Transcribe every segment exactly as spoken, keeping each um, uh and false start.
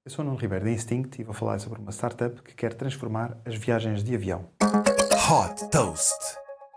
Eu sou o Nuno Ribeiro da Instinct e vou falar sobre uma startup que quer transformar as viagens de avião. Hot Toast.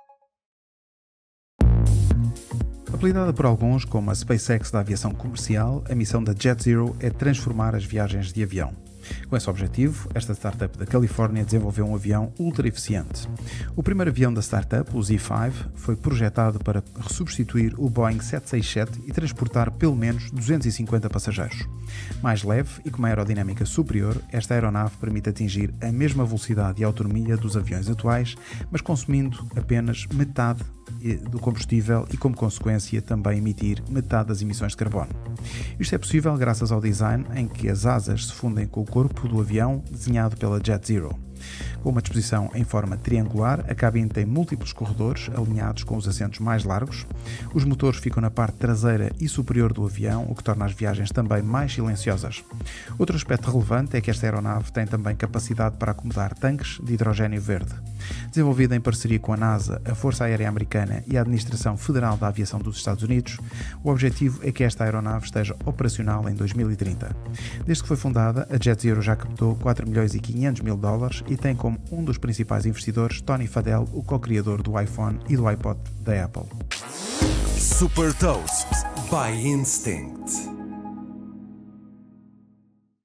Apelidada por alguns como a SpaceX da aviação comercial, a missão da JetZero é transformar as viagens de avião. Com esse objetivo, esta startup da Califórnia desenvolveu um avião ultra eficiente. O primeiro avião da startup, o Z cinco, foi projetado para substituir o Boeing sete seis sete e transportar pelo menos duzentos e cinquenta passageiros. Mais leve e com uma aerodinâmica superior, esta aeronave permite atingir a mesma velocidade e autonomia dos aviões atuais, mas consumindo apenas metade do combustível e, como consequência, também emitir metade das emissões de carbono. Isto é possível graças ao design em que as asas se fundem com o corpo do avião desenhado pela JetZero. Com uma disposição em forma triangular, a cabine tem múltiplos corredores alinhados com os assentos mais largos. Os motores ficam na parte traseira e superior do avião, o que torna as viagens também mais silenciosas. Outro aspecto relevante é que esta aeronave tem também capacidade para acomodar tanques de hidrogênio verde. Desenvolvida em parceria com a NASA, a Força Aérea Americana e a Administração Federal da Aviação dos Estados Unidos, o objetivo é que esta aeronave esteja operacional em dois mil e trinta. Desde que foi fundada, a JetZero já captou quatro milhões e quinhentos mil dólares e tem como um dos principais investidores Tony Fadell, o co-criador do iPhone e do iPod da Apple. Super Toast by Instinct.